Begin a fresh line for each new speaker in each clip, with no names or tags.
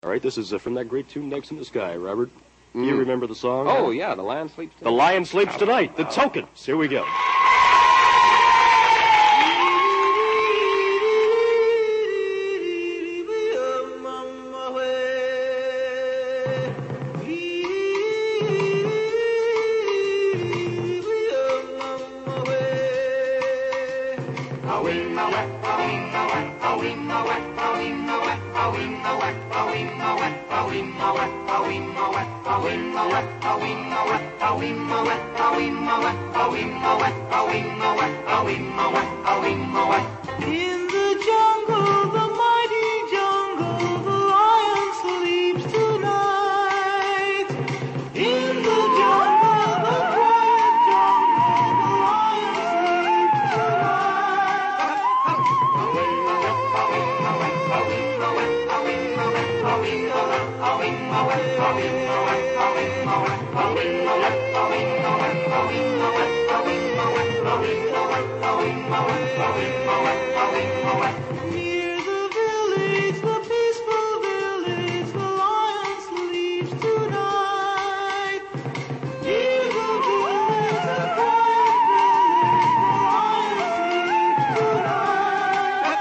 All right, this is from that great tune, Notes in the Sky. Robert, you remember the song?
Oh, yeah, The Lion Sleeps Tonight.
The Lion Sleeps Tonight, the Tokens. Here we go.
In the jungle, the mighty jungle, the lion sleeps tonight. In the jungle, the quiet jungle, the lion sleeps Near the village, the peaceful village, the lion sleeps tonight. Near the village, the quiet village, the lion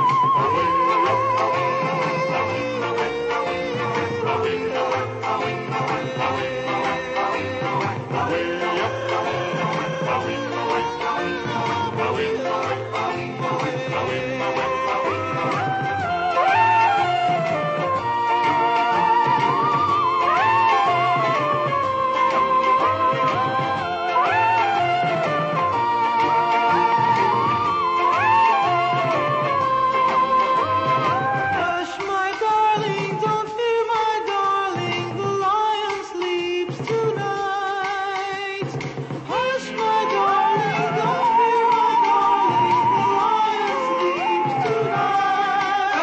Hush, my darling, don't fear, my darling, the lion sleeps tonight. Hush, my darling, don't fear, my darling, the lion sleeps tonight.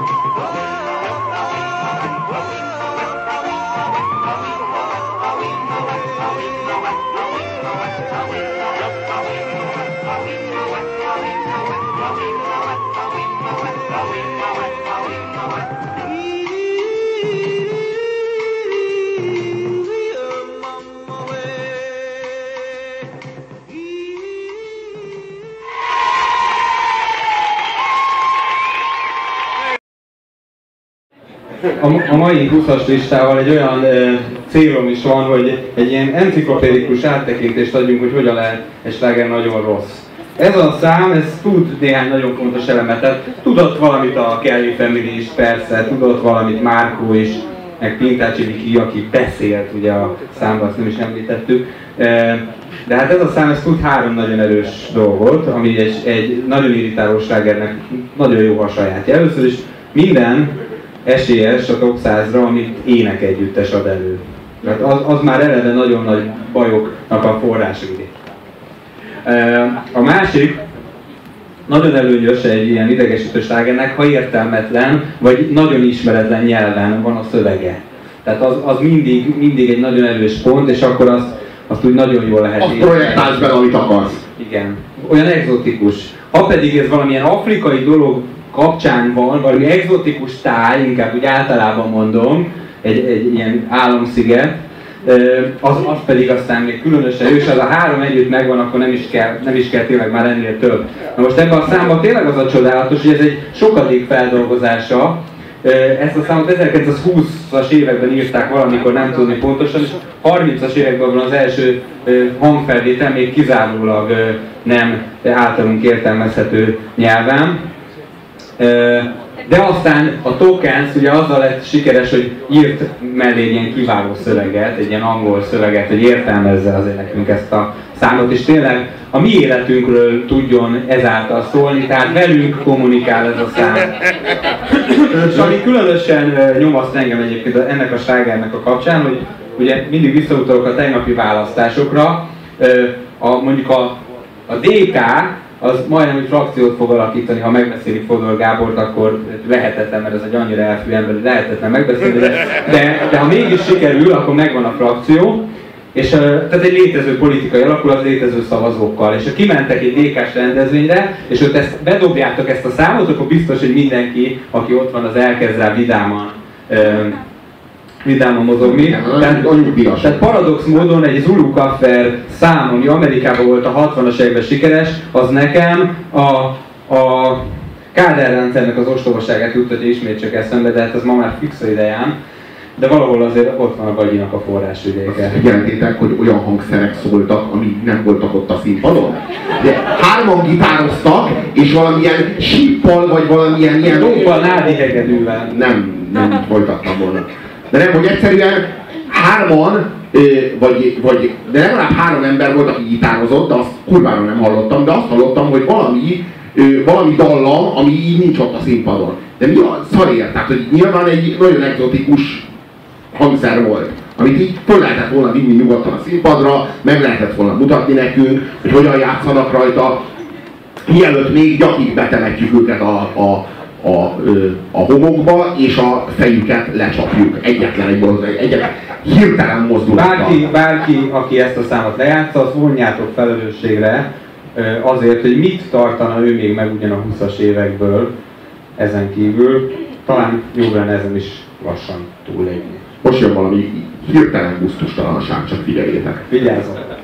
A mai 20-as listával egy olyan célom is van, hogy egy ilyen enciklopédikus áttekintést adjunk, hogy hogyan lehet egy sláger nagyon rossz. Ez a szám, ez tud néhány nagyon fontos elemetet. Tudott valamit a Kelly Family is, persze, tudott valamit Márkó is, meg Pintácsi Viki, aki beszélt, ugye a számban, azt nem is említettük. De hát ez a szám, ez tud három nagyon erős dolgot, ami egy nagyon irritáló slágernek nagyon jó a sajátja. Először is minden esélyes a top 100-ra, amit énekegyüttes ad elő. Tehát az már eleve nagyon nagy bajoknak a forrása. A másik, nagyon előnyös egy ilyen idegesítő slágernek, ha értelmetlen, vagy nagyon ismeretlen nyelven van a szövege. Tehát az mindig egy nagyon erős pont, és akkor azt úgy nagyon jól lehet
azt projektálsz bele, amit akarsz.
Igen. Olyan egzotikus. Ha pedig ez valamilyen afrikai dolog kapcsán van, valami egzotikus táj, inkább úgy általában mondom, egy ilyen álomsziget, az pedig aztán még különösen erős, az a három együtt megvan, akkor nem is kell tényleg már ennél több. Na most ebben a számban tényleg az a csodálatos, hogy ez egy sokadik feldolgozása. Ezt a számot 1920-as években írták valamikor, nem tudni pontosan, és 30-as években van az első hangfelvétel, még kizárólag nem általunk értelmezhető nyelven. De aztán a Tokens ugye azzal lett sikeres, hogy írt mellé egy ilyen kiváló szöveget, egy ilyen angol szöveget, hogy értelmezze azért nekünk ezt a számot, és tényleg a mi életünkről tudjon ezáltal szólni, tehát velünk kommunikál ez a szám. És ami különösen nyomaszt engem egyébként ennek a slágernek a kapcsán, hogy ugye mindig visszautalok a tegnapi választásokra, mondjuk a DK, az majdnem, hogy frakciót fog alakítani, ha megbeszélik Fodor Gábort, akkor lehetetlen, mert ez egy annyira elfű ember, hogy lehetetlen megbeszélni, de ha mégis sikerül, akkor megvan a frakció, és tehát egy létező politikai alakulat létező szavazókkal, és ha kimentek egy DK-s rendezvényre, és ott bedobjátok ezt a számot, akkor biztos, hogy mindenki, aki ott van, az elkezd rá vidáman vidáman mozogni. Tehát paradox módon egy Zulu Kaffer szám, ami Amerikában volt a 60-as években sikeres, az nekem a Kádár rendszernek az ostobaságát juttatja ismét csak eszembe, de hát ez ma már fix ideján. De valahol azért ott van a gagyinak a forrásvidéke.
Jelentétek, hogy olyan hangszerek szóltak, amik nem voltak ott a színpadon? De hárman gitároztak, és valamilyen síppal, vagy valamilyen ilyen...
Dombal, nádi hegedűvel.
Nem folytattam volna. De nem, hogy egyszerűen hárman, de legalább 3 ember volt, aki gitározott, de azt kurvára nem hallottam, de azt hallottam, hogy valami dallam, ami így nincs ott a színpadon. De mi a szarért? Tehát, hogy nyilván egy nagyon egzotikus hangszer volt, amit így föl lehetett volna vinni nyugodtan a színpadra, meg lehetett volna mutatni nekünk, hogy hogyan játszanak rajta, mielőtt még gyakig betemetjük őket a homokba, és a fejüket lecsapjuk egyetlen hirtelen mozdulattal.
Bárki, aki ezt a számot lejátsza, azt vonjátok felelősségre azért, hogy mit tartana ő még meg ugyan a 20-as évekből ezen kívül. Talán jobb lenne ezen is lassan túllépni.
Most jön valami hirtelen gusztustalanság, csak figyeljétek.
Vigyázzon!